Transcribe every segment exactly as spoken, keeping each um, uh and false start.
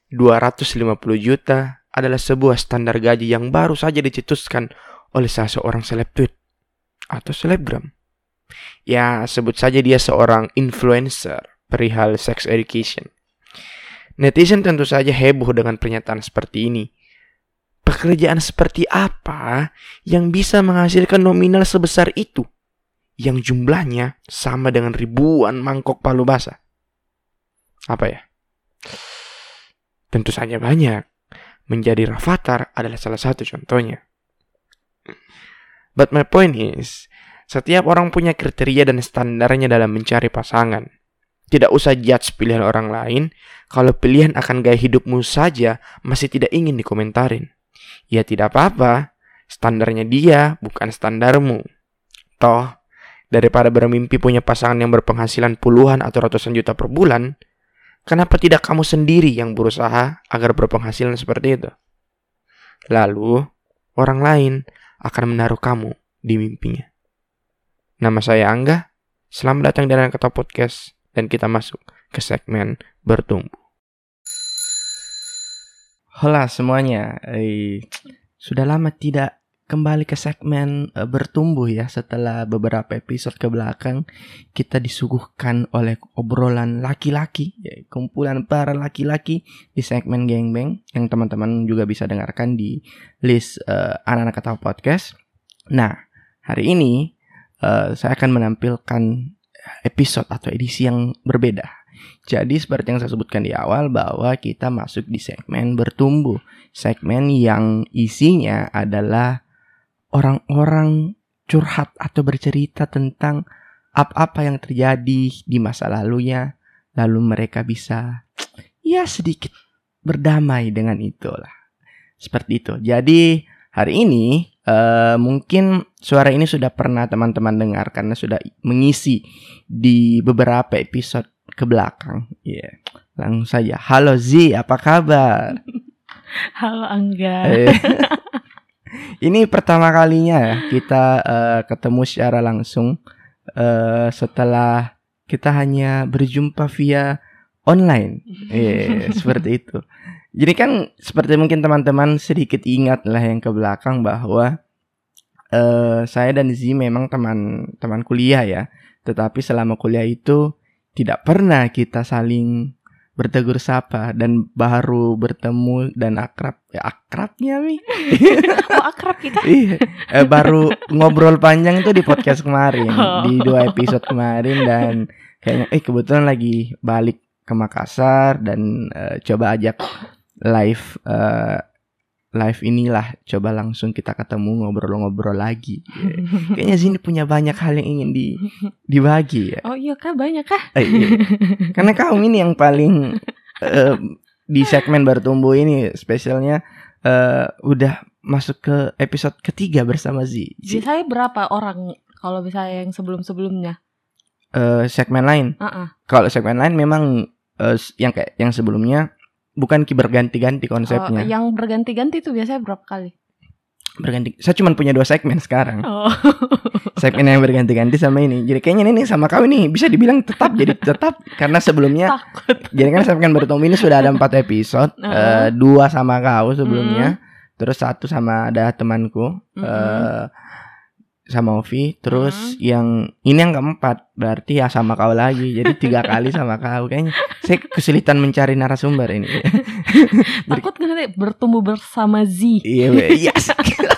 dua ratus lima puluh juta adalah sebuah standar gaji yang baru saja dicetuskan oleh salah seorang seleb tweet atau selebgram. Ya, sebut saja dia seorang influencer perihal sex education. Netizen tentu saja heboh dengan pernyataan seperti ini. Pekerjaan seperti apa yang bisa menghasilkan nominal sebesar itu, yang jumlahnya sama dengan ribuan mangkok palu basah? Apa ya? Tentu saja banyak. Menjadi Rafathar adalah salah satu contohnya. But my point is, setiap orang punya kriteria dan standarnya dalam mencari pasangan. Tidak usah judge pilihan orang lain, kalau pilihan akan gaya hidupmu saja masih tidak ingin dikomentarin. Ya tidak apa-apa, standarnya dia bukan standarmu. Toh, daripada bermimpi punya pasangan yang berpenghasilan puluhan atau ratusan juta per bulan, kenapa tidak kamu sendiri yang berusaha agar berpenghasilan seperti itu? Lalu, orang lain akan menaruh kamu di mimpinya. Nama saya Angga, selamat datang di Anak Kata Podcast, dan kita masuk ke segmen bertumbuh. Hola semuanya, eh, sudah lama tidak kembali ke segmen uh, bertumbuh ya. Setelah beberapa episode ke belakang kita disuguhkan oleh obrolan laki-laki, ya, kumpulan para laki-laki di segmen Gengbeng yang teman-teman juga bisa dengarkan di list uh, Anak-anak Kata Podcast. Nah, hari ini uh, saya akan menampilkan episode atau edisi yang berbeda. Jadi seperti yang saya sebutkan di awal bahwa kita masuk di segmen bertumbuh, segmen yang isinya adalah orang-orang curhat atau bercerita tentang apa-apa yang terjadi di masa lalunya, lalu mereka bisa ya sedikit berdamai dengan itulah. Seperti itu. Jadi hari ini uh, mungkin suara ini sudah pernah teman-teman dengar karena sudah mengisi di beberapa episode ke belakang. Ya, yeah. Langsung saja. Halo Z, apa kabar? Halo Angga. Ini pertama kalinya ya kita uh, ketemu secara langsung uh, setelah kita hanya berjumpa via online. Yeah, seperti itu. Jadi kan seperti mungkin teman-teman sedikit ingat lah yang ke belakang bahwa uh, saya dan Z memang teman-teman kuliah ya. Tetapi selama kuliah itu tidak pernah kita saling bertegur sapa dan baru bertemu dan akrab ya akrabnya mi oh akrab kita iya eh, baru ngobrol panjang tuh di podcast kemarin oh. Di dua episode kemarin dan kayaknya eh kebetulan lagi balik ke Makassar dan uh, coba ajak live uh, live inilah coba langsung kita ketemu ngobrol-ngobrol lagi. Yeah. Kayaknya Zini punya banyak hal yang ingin di, dibagi ya. Oh iya kah banyak kah? Eh, iya. Karena kamu ini yang paling uh, di segmen bertumbuh ini spesialnya uh, udah masuk ke episode ketiga bersama Z. Biasanya berapa orang kalau misalnya yang sebelum-sebelumnya? Uh, segmen lain. Uh-uh. Kalau segmen lain memang uh, yang kayak yang sebelumnya bukan berganti-ganti konsepnya. Oh, yang berganti-ganti itu biasanya berapa kali? Berganti. Saya cuma punya dua segmen sekarang. Oh. Segmen yang berganti-ganti sama ini. Jadi kayaknya ini sama kau ini bisa dibilang tetap jadi tetap karena sebelumnya. Takut. Jadi kan segmen bertumbuh ini sudah ada empat episode, uh-huh. uh, dua sama kau sebelumnya, mm. terus satu sama ada temanku. Mm-hmm. Uh, sama Ovi, terus hmm. yang ini yang keempat berarti ya sama kau lagi, jadi tiga kali sama kau. Kayaknya saya kesulitan mencari narasumber ini. Takut jadi, nanti bertumbuh bersama Z. Iya, yes.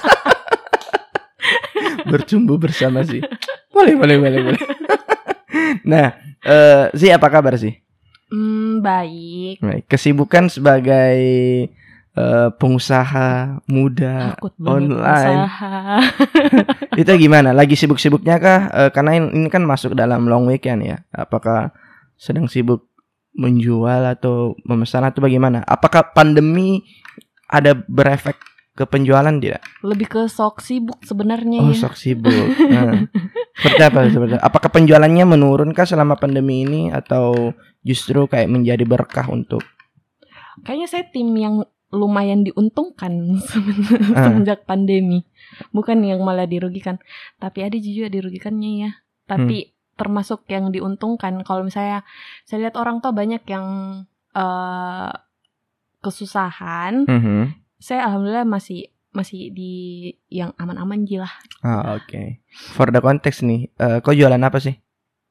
Bertumbuh bersama Z. Boleh, boleh, boleh, boleh. Nah, uh, Z apa kabar sih? Hmm, baik. Baik. Kesibukan sebagai Uh, pengusaha muda online itu gimana? Lagi sibuk-sibuknya kah? Uh, karena ini, ini kan masuk dalam long weekend ya. Apakah sedang sibuk menjual atau memesan atau bagaimana? Apakah pandemi ada berefek ke penjualan tidak? Lebih ke sok sibuk sebenarnya. Oh, ya. sok sibuk. Nah, seperti apa sebenarnya? Apakah penjualannya menurunkah selama pandemi ini atau justru kayak menjadi berkah untuk? Kayaknya saya tim yang lumayan diuntungkan semenjak uh. pandemi, bukan yang malah dirugikan, tapi ada juga dirugikannya ya. Tapi hmm. termasuk yang diuntungkan. Kalau misalnya saya lihat orang tuh banyak yang uh, kesusahan, mm-hmm. saya alhamdulillah masih masih di yang aman-aman aja lah. Ah, oke. Okay. For the context nih, uh, kau jualan apa sih?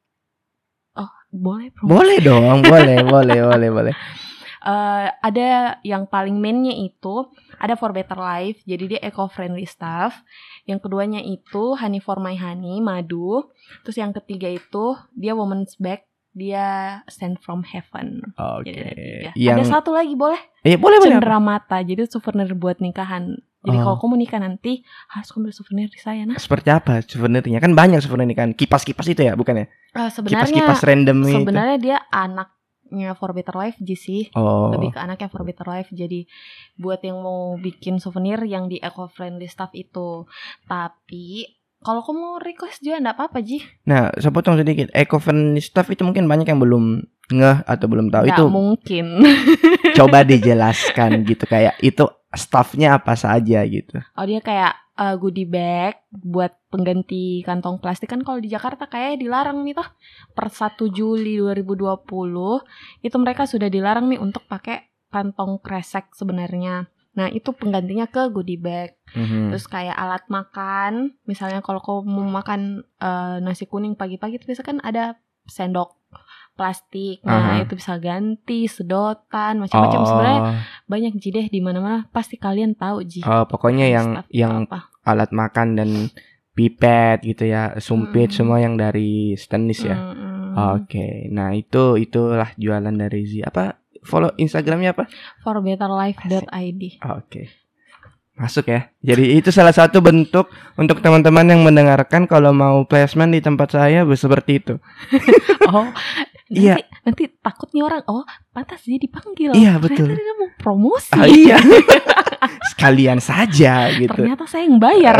Oh, boleh. Promosi. Boleh dong, boleh, boleh, boleh, boleh. Uh, ada yang paling mainnya itu ada For Better Life, jadi dia eco-friendly stuff. Yang keduanya itu Honey for My Honey, madu. Terus yang ketiga itu dia Woman's Bag, dia Stand from Heaven. Oke. Okay. Yang... Ada satu lagi boleh? Eh, boleh, boleh. Cendera mata, jadi souvenir buat nikahan. Jadi oh. kalau kamu nikah nanti harus kamu beli souvenir di saya, nah. Seperti apa souvenirnya? Kan banyak souvenir nikahan. Kipas-kipas itu ya, bukan ya? Uh, sebenarnya kipas-kipas random itu. Sebenarnya dia anaknya For Better Life G sih. Oh. Lebih ke anaknya For Better Life. Jadi buat yang mau bikin souvenir yang di eco-friendly stuff itu. Tapi kalau kamu request juga enggak apa-apa, Ji. Nah, saya potong sedikit. Eco-friendly stuff itu mungkin banyak yang belum ngeh atau belum tahu. Nggak itu. Mungkin. Coba dijelaskan gitu, kayak itu stuffnya apa saja gitu. Oh, dia kayak uh, goodie bag buat pengganti kantong plastik. Kan kalau di Jakarta kayak dilarang nih toh. Per satu Juli dua ribu dua puluh itu mereka sudah dilarang nih untuk pakai kantong kresek sebenarnya. Nah, itu penggantinya ke goodie bag. Mm-hmm. Terus kayak alat makan, misalnya kalau kau mau makan uh, nasi kuning pagi-pagi itu biasa kan ada sendok plastik. Nah, uh-huh. itu bisa ganti, sedotan, macam-macam. Oh. Sebenarnya banyak Ji deh di mana-mana, pasti kalian tahu Ji. Oh, pokoknya yang yang apa? Alat makan dan pipet gitu ya, sumpit hmm. semua yang dari stainless ya. Hmm. Oke. Okay. Nah, itu itulah jualan dari Z. Apa? Follow Instagramnya apa? for better life dot i d. Oke. Okay. Masuk ya. Jadi itu salah satu bentuk untuk teman-teman yang mendengarkan kalau mau placement di tempat saya seperti itu. Oh. Nanti, iya. Nanti takutnya orang, oh pantas dia dipanggil. Iya betul. Ternyata dia mau promosi. Ah, iya. Sekalian saja gitu. Ternyata saya yang bayar.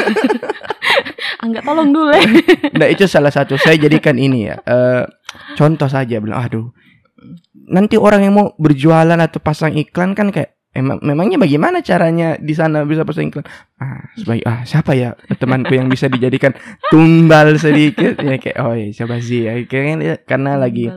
Angga tolong dulu. Nah itu salah satu saya jadikan ini ya. Uh, contoh saja bilang, aduh. Nanti orang yang mau berjualan atau pasang iklan kan kayak, emang memangnya bagaimana caranya di sana bisa pasang iklan? Ah, sebaik ah siapa ya temanku yang bisa dijadikan tumbal sedikit ya kayak oh ya coba sih ya kayaknya karena lagi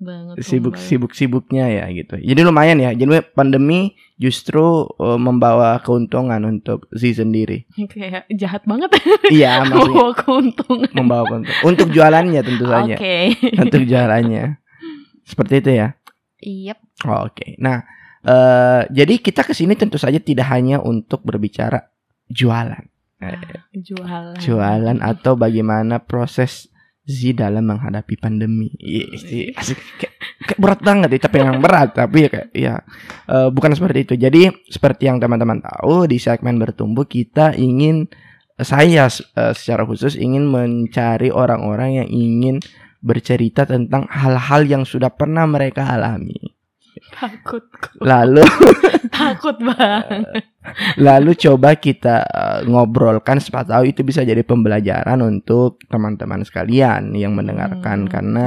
sibuk-sibuk-sibuknya ya gitu. Jadi lumayan ya. Jadi pandemi justru uh, membawa keuntungan untuk Z sendiri. Kayak jahat banget. Iya, maksudnya membawa keuntungan. Membawa keuntungan untuk jualannya tentu saja. Oke. Okay. Untuk jualannya. Seperti itu ya. Iya. Yep. Oh, oke. Okay. Nah, Uh, jadi kita kesini tentu saja tidak hanya untuk berbicara jualan, ah, jualan, jualan atau bagaimana proses Z dalam menghadapi pandemi. Iya, asik, kayak, kayak berat banget ya, tapi yang berat, tapi ya kayak ya uh, bukan seperti itu. Jadi seperti yang teman-teman tahu di segmen bertumbuh kita ingin, saya uh, secara khusus ingin mencari orang-orang yang ingin bercerita tentang hal-hal yang sudah pernah mereka alami. Takut. Lalu takut banget. Lalu coba kita uh, ngobrolkan, siapa tahu itu bisa jadi pembelajaran untuk teman-teman sekalian yang mendengarkan. Hmm. Karena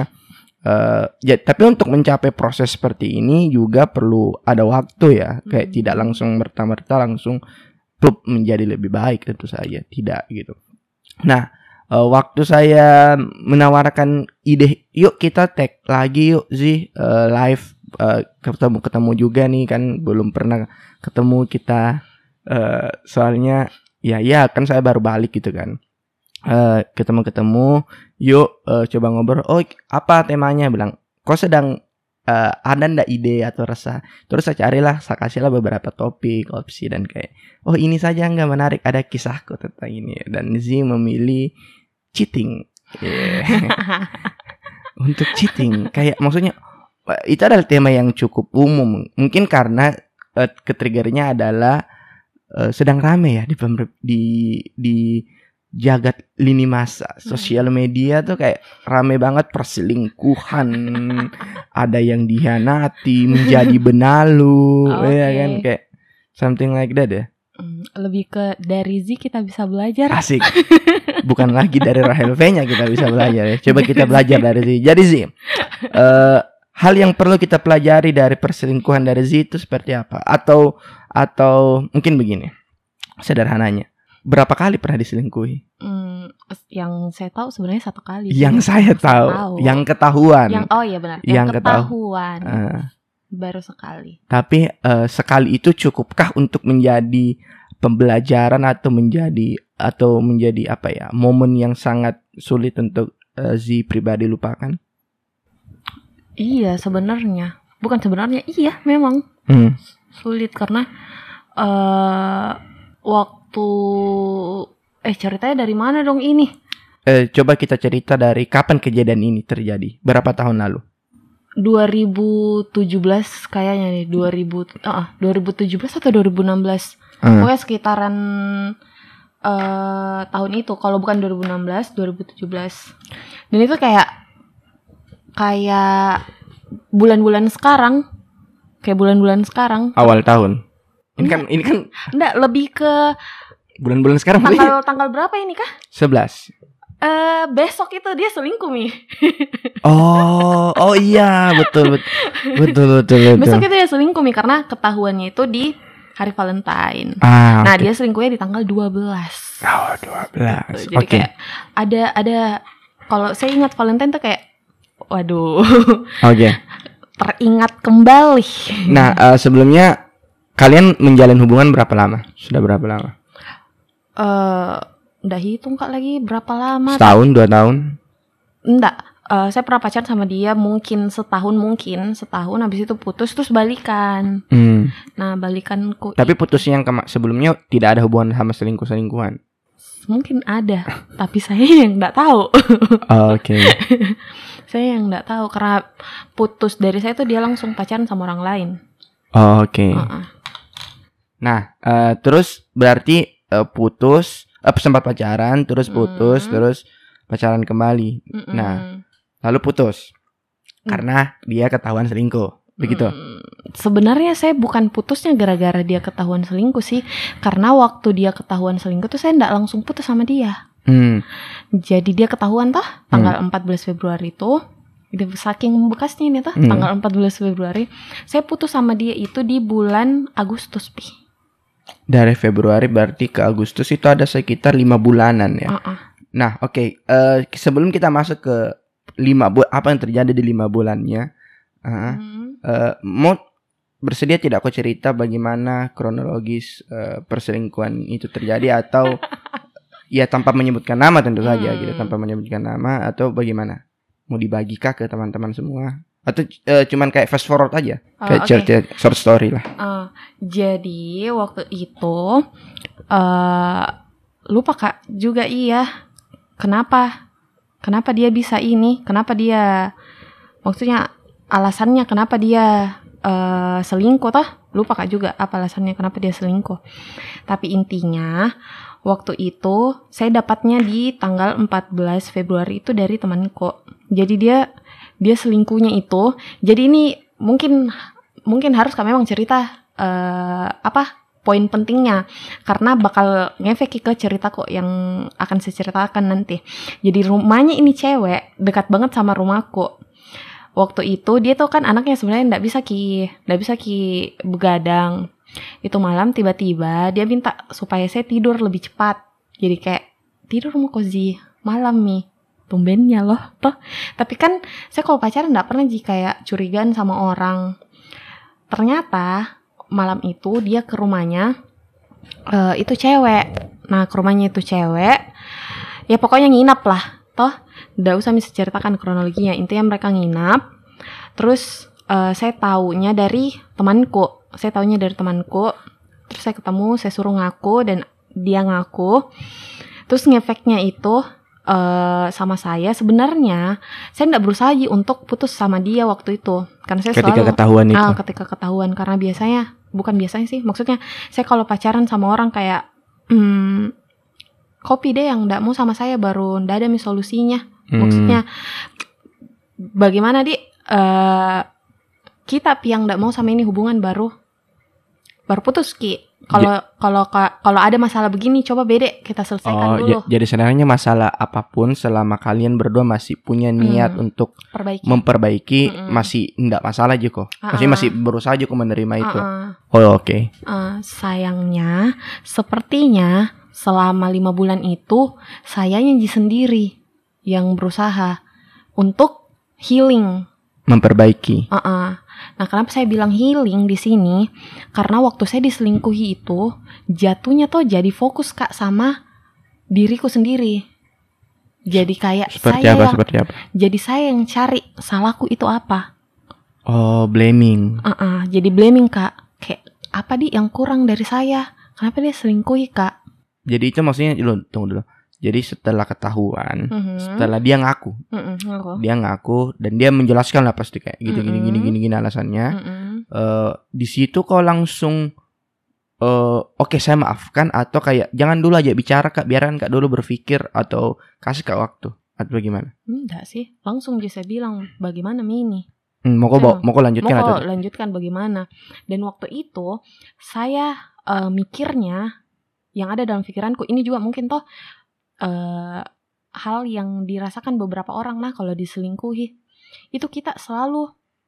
uh, ya, tapi untuk mencapai proses seperti ini juga perlu ada waktu ya. Kayak hmm. tidak langsung merta-merta langsung plup menjadi lebih baik, tentu saja tidak gitu. Nah, uh, waktu saya menawarkan ide, yuk kita tag lagi yuk Z uh, live. Uh, ketemu ketemu juga nih kan belum pernah ketemu kita uh, soalnya ya ya kan saya baru balik gitu kan uh, ketemu ketemu yuk uh, coba ngobrol oh apa temanya bilang kok sedang uh, ada ndak ide atau resah terus saya carilah saya kasihlah beberapa topik opsi dan kayak oh ini saja nggak menarik ada kisahku tentang ini dan Z memilih cheating yeah. Untuk cheating kayak maksudnya itu adalah tema yang cukup umum. Mungkin karena uh, ketriggernya adalah uh, sedang rame ya di di di jagat lini masa. Sosial media tuh kayak rame banget perselingkuhan. Ada yang dihianati menjadi benalu, okay. Ya kan kayak something like that ya. Lebih ke dari Z kita bisa belajar. Asik. Bukan lagi dari Rahel V-nya kita bisa belajar ya. Coba kita belajar dari Z. Jadi Z uh, hal yang perlu kita pelajari dari perselingkuhan dari Z itu seperti apa? Atau atau mungkin begini, sederhananya, berapa kali pernah diselingkuhi? Hmm, yang saya tahu sebenarnya satu kali. Yang saya tahu, tahu. yang ketahuan. Yang oh iya benar. Yang, yang ketahuan. Uh, Baru sekali. Tapi uh, sekali itu cukupkah untuk menjadi pembelajaran atau menjadi atau menjadi apa ya, momen yang sangat sulit untuk uh, Zi pribadi lupakan? Iya sebenarnya, bukan sebenarnya, iya memang hmm. sulit karena uh, waktu eh ceritanya dari mana dong ini? Eh, coba kita cerita dari kapan kejadian ini terjadi, berapa tahun lalu? dua ribu tujuh belas kayaknya nih, dua ribu uh, dua ribu tujuh belas atau dua ribu enam belas. Hmm. Pokoknya sekitaran uh, tahun itu, kalau bukan dua ribu enam belas, dua ribu tujuh belas. Dan itu kayak kayak bulan-bulan sekarang, kayak bulan-bulan sekarang. Awal tahun. Ini kan ini kan enggak, lebih ke bulan-bulan sekarang. Tanggal tanggal berapa ini kah? sebelas. Eh uh, besok itu dia selingkuh nih. Oh, oh iya, betul betul betul betul. betul. Besok itu dia selingkuh nih karena ketahuannya itu di hari Valentine. Ah, nah, okay. dia selingkuhnya di tanggal dua belas. Oh, dua belas. Jadi okay. kayak ada ada kalau saya ingat Valentine tuh kayak waduh. Oke. Okay. Teringat kembali. Nah, uh, sebelumnya kalian menjalin hubungan berapa lama? Sudah berapa lama? Eh, uh, udah hitung Kak lagi berapa lama? Setahun, dua tahun? Enggak. Uh, saya pernah pacaran sama dia mungkin setahun mungkin setahun, habis itu putus terus balikan. Hmm. Nah balikanku. Tapi putusnya yang kema- sebelumnya tidak ada hubungan sama selingkuh selingkuhan. Mungkin ada, tapi saya yang nggak tahu. Oh, Oke. Okay. Saya yang nggak tahu karena putus dari saya tuh dia langsung pacaran sama orang lain. Oh, Oke. Okay. Uh-uh. Nah uh, terus berarti uh, putus, uh, sempat pacaran, terus putus, mm. terus pacaran kembali. Mm-mm. Nah. Lalu putus karena dia ketahuan selingkuh, begitu? Hmm, sebenarnya saya bukan putusnya gara-gara dia ketahuan selingkuh sih, karena waktu dia ketahuan selingkuh tuh saya nggak langsung putus sama dia. Hmm. Jadi dia ketahuan toh tanggal hmm. empat belas Februari itu, saking bekasnya ini toh hmm. tanggal empat belas Februari, saya putus sama dia itu di bulan Agustus pi. Dari Februari berarti ke Agustus itu ada sekitar lima bulanan ya. Uh-uh. Nah, oke, okay. uh, sebelum kita masuk ke lima bu apa yang terjadi di lima bulannya, uh, hmm. uh, mau bersedia tidak aku cerita bagaimana kronologis uh, perselingkuhan itu terjadi atau ya tanpa menyebutkan nama tentu saja hmm. gitu, tanpa menyebutkan nama, atau bagaimana? Mau dibagikah ke teman-teman semua atau uh, cuman kayak fast forward aja, oh, kayak okay. cerita short story lah. Uh, jadi waktu itu uh, lupa Kak juga iya kenapa. Kenapa dia bisa ini? Kenapa dia, maksudnya alasannya kenapa dia uh, selingkuh toh? Lupa Kak juga apa alasannya kenapa dia selingkuh. Tapi intinya waktu itu saya dapatnya di tanggal empat belas Februari itu dari temanku. Jadi dia dia selingkuhnya itu. Jadi ini mungkin mungkin harus Kak memang cerita uh, apa? Poin pentingnya karena bakal ngefek ke cerita kok yang akan saya ceritakan nanti. Jadi rumahnya ini cewek dekat banget sama rumahku. Waktu itu dia tuh kan anaknya sebenarnya nggak bisa ki, nggak bisa ki begadang. Itu malam tiba-tiba dia minta supaya saya tidur lebih cepat. Jadi kayak tidur mau cozy malam nih. Tumbennya loh toh. Tapi kan saya kalau pacaran nggak pernah sih kayak curigaan sama orang. Ternyata malam itu dia ke rumahnya uh, itu cewek. Nah ke rumahnya itu cewek. Ya pokoknya nginap lah. Toh nggak usah bisa ceritakan kronologinya. Intinya mereka nginap. Terus uh, saya taunya dari temanku. Saya taunya dari temanku. Terus saya ketemu, saya suruh ngaku dan dia ngaku. Terus ngefeknya itu Uh, sama saya sebenarnya saya tidak berusaha untuk putus sama dia waktu itu karena saya ketika selalu ketahuan itu. Ah, ketika ketahuan karena biasanya bukan biasanya sih maksudnya saya kalau pacaran sama orang kayak hmm, kopi deh yang tidak mau sama saya baru tidak ada nih solusinya. hmm. Maksudnya bagaimana di uh, kita yang tidak mau sama ini hubungan baru baru putus ki. Kalau kalau kalau ada masalah begini coba bede kita selesaikan oh, dulu. J- jadi sebenarnya masalah apapun selama kalian berdua masih punya niat hmm, untuk perbaiki. memperbaiki hmm. masih enggak masalah aja kok. Uh-uh. Maksudnya masih berusaha aja kok menerima itu. Uh-uh. Oh oke. Okay. Uh, sayangnya sepertinya selama lima bulan itu saya nyanyi sendiri yang berusaha untuk healing, memperbaiki. Uh-uh. Nah, kenapa saya bilang healing di sini? Karena waktu saya diselingkuhi itu jatuhnya tuh jadi fokus Kak sama diriku sendiri. Jadi kayak Seperti saya apa? yang, Seperti apa? jadi saya yang cari salahku itu apa. Oh, blaming. Uh-uh, jadi blaming Kak. Kayak apa di yang kurang dari saya? Kenapa dia selingkuhi Kak? Jadi itu maksudnya dulu, tunggu dulu. Jadi setelah ketahuan, Mm-hmm. setelah dia ngaku, Mm-hmm. dia ngaku dan dia menjelaskan lah pasti kayak gitu, Mm-hmm. gini gini gini gini alasannya. Mm-hmm. Uh, di situ kau langsung, uh, oke okay, saya maafkan atau kayak jangan dulu aja bicara Kak, biarkan Kak dulu berpikir atau kasih Kak waktu atau bagaimana? Enggak sih, langsung aja saya bilang bagaimana Mini. Hmm, mau kau mau kau lanjutkan mau atau? lanjutkan bagaimana? Dan waktu itu saya uh, mikirnya yang ada dalam pikiranku ini juga mungkin toh uh, hal yang dirasakan beberapa orang nah kalau diselingkuhi itu kita selalu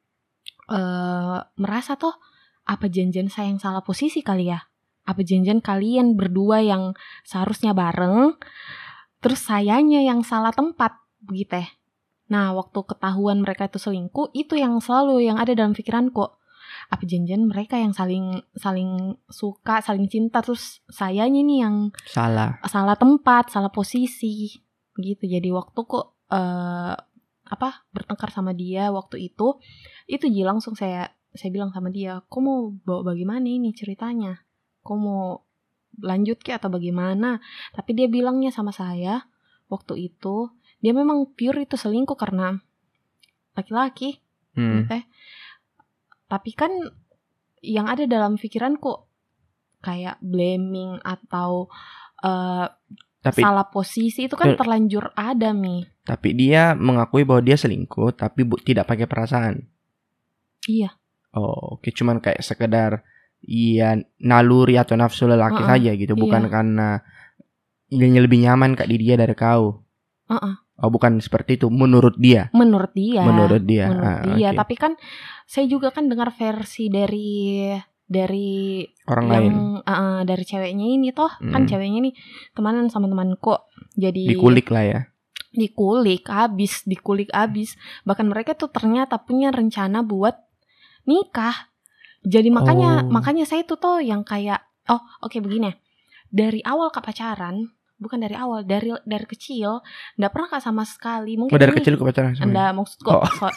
uh, merasa toh apa janjian saya yang salah posisi kali ya? Apa janjian kalian berdua yang seharusnya bareng terus sayanya yang salah tempat begitu ya? Nah, waktu ketahuan mereka itu selingkuh, itu yang selalu yang ada dalam pikiranku. Apa janjian mereka yang saling saling suka, saling cinta, terus sayanya nih yang salah, salah tempat, salah posisi, gitu. Jadi waktu kok uh, apa bertengkar sama dia waktu itu, itu jadi langsung saya saya bilang sama dia, kok mau bawa bagaimana ini ceritanya? Kok mau lanjut ke atau bagaimana? Tapi dia bilangnya sama saya waktu itu. Dia memang pure itu selingkuh karena laki-laki, hmm. gitu. Tapi kan yang ada dalam pikiranku kayak blaming atau uh, tapi, salah posisi itu kan uh, terlanjur ada Mi. Tapi dia mengakui bahwa dia selingkuh, tapi bu, tidak pakai perasaan. Iya. Oh, oke, cuman kayak sekedar iya naluri atau nafsu lelaki uh-uh, saja gitu, bukan iya. Karena yang lebih nyaman Kak di dia dari kau. Uh-uh. Oh, bukan seperti itu menurut dia. Menurut dia. Menurut dia. Menurut ah, dia. Okay. Tapi kan saya juga kan dengar versi dari dari orang yang lain. Uh, dari ceweknya ini toh, hmm. kan ceweknya ini temanan sama temanku. Jadi dikulik lah ya. Dikulik abis, dikulik abis. Bahkan mereka tuh ternyata punya rencana buat nikah. Jadi makanya oh. makanya saya tuh tuh yang kayak oh, oke okay, begini. Dari awal Kak pacaran bukan dari awal, dari dari kecil nggak pernah Kak sama sekali. Mungkin oh, dari ini, kecil ke pacaran sama Anda maksudku oh. so,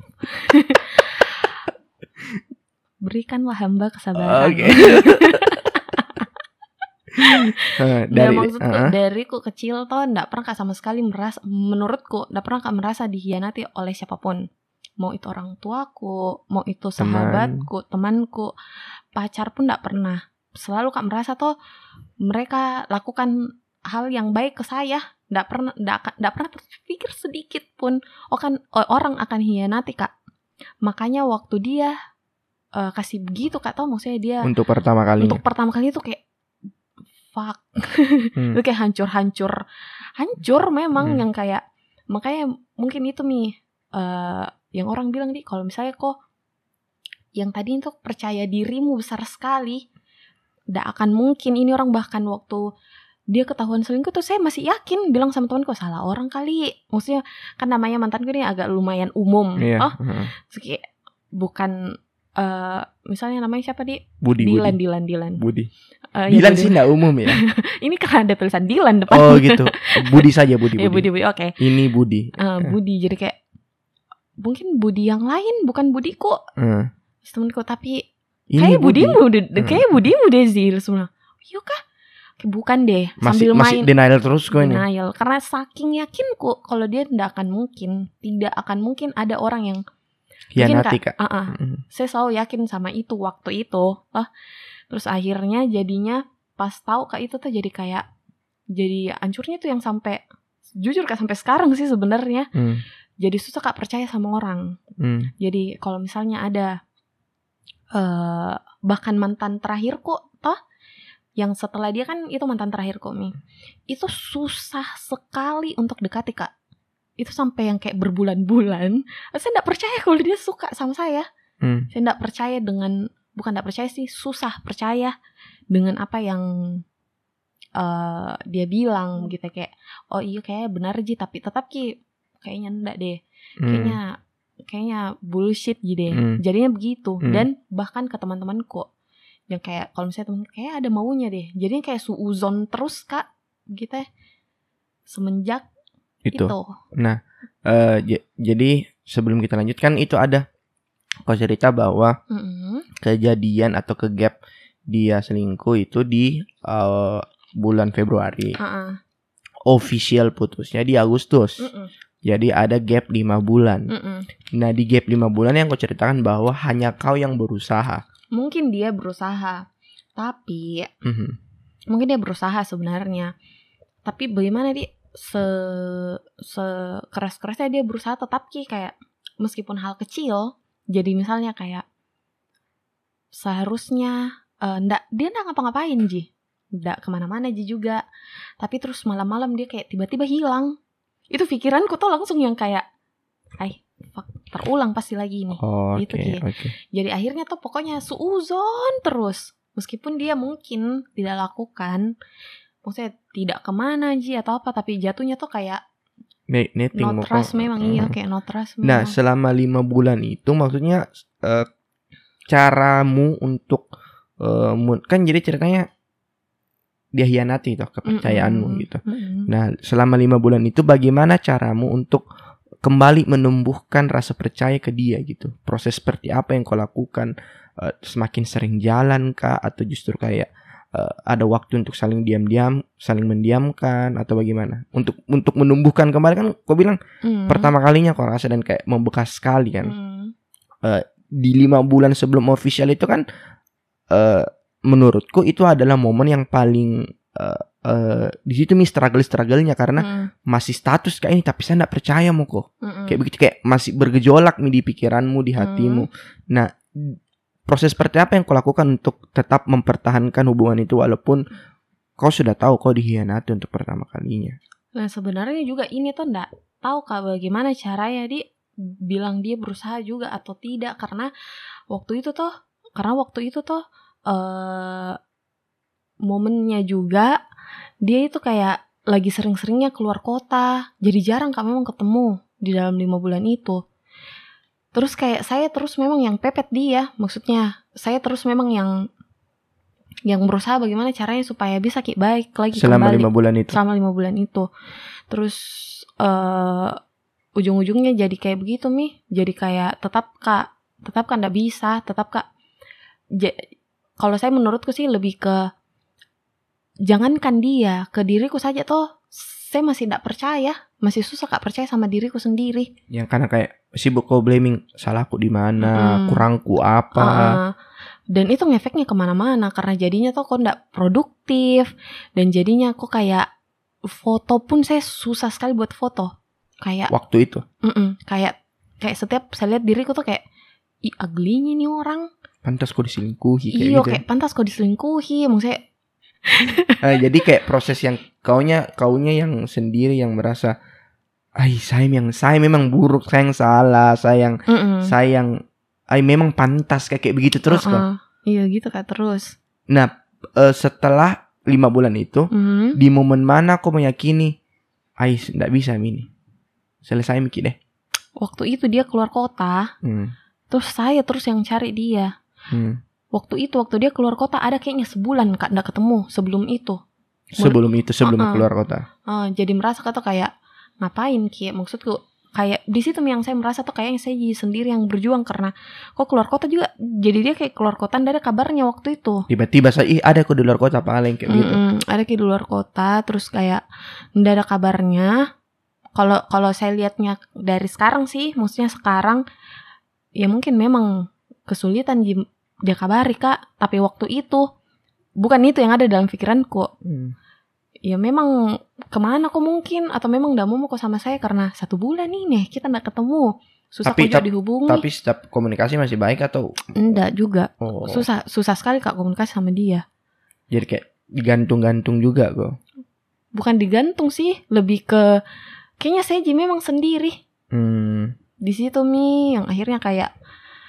berikanlah hamba kesabaran. Oke. Okay. uh, dari nah, maksudku uh-huh. dari ku kecil tuh nggak pernah Kak sama sekali merasa, menurutku nggak pernah Kak merasa dihianati oleh siapapun. Mau itu orang tuaku, mau itu sahabatku, Teman. temanku, pacar pun nggak pernah. Selalu Kak merasa tuh mereka lakukan hal yang baik ke saya, nggak pernah nggak nggak pernah terpikir sedikit pun oh kan oh, orang akan hianati Kak. Makanya waktu dia uh, kasih begitu Kak, tau maksudnya dia untuk pertama kali untuk pertama kali itu kayak fuck hmm. itu kayak hancur-hancur hancur memang hmm. yang kayak makanya mungkin itu nih uh, yang orang bilang nih kalau misalnya kok yang tadi itu percaya dirimu besar sekali, nggak akan mungkin ini orang. Bahkan waktu dia ketahuan selingkuh tuh saya masih yakin bilang sama temanku salah orang kali, maksudnya kan namanya mantanku ini agak lumayan umum yeah. oh uh-huh. kayak bukan uh, misalnya namanya siapa di Budi Dilan Budi. Dilan Dilan Budi uh, Dilan ya, sih nggak umum ya. Ini kan ada tulisan Dilan depan. Oh gitu. Budi saja Budi Budi, ya, Budi, Budi. Oke okay. Ini Budi uh, Budi jadi kayak mungkin Budi yang lain bukan Budiku uh. temanku tapi ini kayak Budi. Budimu de- uh. kayak Budimu deh Zil semua yuk kah bukan deh masih, sambil masih main denial terus kok ini denial karena saking yakinku kalau dia tidak akan mungkin tidak akan mungkin ada orang yang hianati Kak, Kak. Uh-uh. Mm-hmm. Saya selalu yakin sama itu waktu itu oh, terus akhirnya jadinya pas tahu Kak itu tuh jadi kayak jadi hancurnya tuh yang sampai jujur Kak sampai sekarang sih sebenarnya mm. jadi susah Kak percaya sama orang mm. Jadi kalau misalnya ada uh, bahkan mantan terakhirku toh yang setelah dia kan itu mantan terakhir kok Mi. Itu susah sekali untuk dekati Kak. Itu sampai yang kayak berbulan-bulan. Saya gak percaya kalau dia suka sama saya. hmm. Saya gak percaya dengan, bukan gak percaya sih, susah percaya dengan apa yang uh, dia bilang gitu. Kayak oh iya kayaknya benar Ji, tapi tetap Ki kayaknya enggak deh. hmm. Kayaknya kayaknya bullshit gitu deh. Hmm. Jadinya begitu. Hmm. Dan bahkan ke teman-temanku yang kayak kalau misalnya teman kayak ada maunya deh. Jadinya kayak suuzon terus Kak gitu ya. Semenjak itu. itu. Nah, uh, j- jadi sebelum kita lanjutkan itu ada kau cerita bahwa Mm-hmm. kejadian atau ke gap dia selingkuh itu di uh, bulan Februari. Uh-uh. Official putusnya di Agustus. Mm-mm. Jadi ada gap lima bulan. Mm-mm. Nah di gap lima bulan yang kau ceritakan bahwa hanya kau yang berusaha. Mungkin dia berusaha, tapi Mm-hmm. mungkin dia berusaha sebenarnya. Tapi bagaimana dia se se keras-kerasnya dia berusaha tetap ki kayak meskipun hal kecil. Jadi misalnya kayak seharusnya uh, ndak dia ndak ngapa-ngapain Ji, ndak kemana-mana Ji juga. Tapi terus malam-malam dia kayak tiba-tiba hilang. Itu pikiranku tuh langsung yang kayak, ay, fuck, terulang pasti lagi ini. Oh, gitu okay, Ki. okay. Jadi akhirnya tuh pokoknya suuzon terus. Meskipun dia mungkin tidak lakukan, maksudnya tidak kemana Ji atau apa, tapi jatuhnya tuh kayak Ne- no trust memang hmm. iya kayak no trust memang. Nah selama lima bulan itu maksudnya uh, caramu untuk uh, kan jadi ceritanya dia hianati toh kepercayaanmu mm-hmm. gitu. Mm-hmm. Nah selama lima bulan itu bagaimana caramu untuk kembali menumbuhkan rasa percaya ke dia gitu? Proses seperti apa yang kau lakukan? Uh, semakin sering jalan kah atau justru kayak Uh, ada waktu untuk saling diam-diam, saling mendiamkan atau bagaimana? Untuk untuk menumbuhkan kembali kan, kau bilang mm. pertama kalinya kau rasa dan kayak membekas sekali kan. Mm. Uh, di lima bulan sebelum official itu kan, uh, menurutku itu adalah momen yang paling uh, uh, di situ mi struggle-strugglenya karena mm. masih status kayak ini tapi saya tidak percaya mu kok. Mm-mm. Kayak begitu kayak masih bergejolak mi di pikiranmu, di hatimu. Mm. Nah. Proses seperti apa yang kau lakukan untuk tetap mempertahankan hubungan itu walaupun kau sudah tahu kau dikhianati untuk pertama kalinya? Nah sebenarnya juga ini tuh enggak tahu Kak bagaimana caranya dia bilang dia berusaha juga atau tidak karena waktu itu tuh karena waktu itu tuh uh, momennya juga dia itu kayak lagi sering-seringnya keluar kota, jadi jarang Kak memang ketemu di dalam lima bulan itu. Terus kayak saya terus memang yang pepet dia, maksudnya saya terus memang yang yang berusaha bagaimana caranya supaya bisa ki baik lagi selama kembali lima bulan itu. Selama lima bulan itu. Terus uh, ujung-ujungnya jadi kayak begitu mi, jadi kayak tetap Kak, tetap kan nggak bisa, tetap Kak. J- kalau saya menurutku sih lebih ke jangankan dia, ke diriku saja tuh saya masih tidak percaya, masih susah Kak percaya sama diriku sendiri. Yang karena kayak sibuk kau blaming salahku di mana, hmm. kurangku apa. Uh, dan itu ngefeknya kemana-mana karena jadinya tuh kok tidak produktif dan jadinya kok kayak foto pun saya susah sekali buat foto. Kayak waktu itu. Kayak kayak setiap saya lihat diriku tuh kayak ih ugly-nya nih orang. Pantas kok diselingkuhi kayak iyo, gitu. Iya kayak pantas kok diselingkuhi, maksudnya. uh, jadi kayak proses yang kaunya kaunya yang sendiri yang merasa ay saya yang saya memang buruk, saya yang salah, saya yang Mm-mm. saya yang ay memang pantas kayak, kayak begitu terus uh-uh. kok. Iya gitu Kak terus. Nah uh, setelah lima bulan itu mm-hmm. di momen mana kau meyakini ay enggak bisa ini selesai mikir deh. Waktu itu dia keluar kota. Mm. Terus saya terus yang cari dia. Mm. Waktu itu, waktu dia keluar kota ada kayaknya sebulan Kak nggak ketemu sebelum itu. Sebelum itu, sebelum uh-uh. keluar kota. Uh, jadi merasa kata kayak ngapain Ki? Maksudku kayak di situ yang saya merasa tuh kayaknya saya jadi sendiri yang berjuang karena kok keluar kota juga. Jadi dia kayak keluar kota nggak ada kabarnya waktu itu. Tiba-tiba saya ih ada kok di luar kota paling kayak gitu. Ada kayak di luar kota terus kayak nggak ada kabarnya. Kalau kalau saya lihatnya dari sekarang sih, maksudnya sekarang ya mungkin memang kesulitan dia kabari Kak, tapi waktu itu bukan itu yang ada dalam pikiranku. Hmm. Ya memang kemana kok mungkin atau memang gak mau kok sama saya karena satu bulan ini kita gak ketemu, susah kok juga dihubungi. Tapi setiap komunikasi masih baik atau? Enggak juga. Oh. Susah susah sekali Kak komunikasi sama dia. Jadi kayak digantung-gantung juga kok. Bukan digantung sih, lebih ke kayaknya saya jadi memang sendiri. Hmm. Di situ Mi yang akhirnya kayak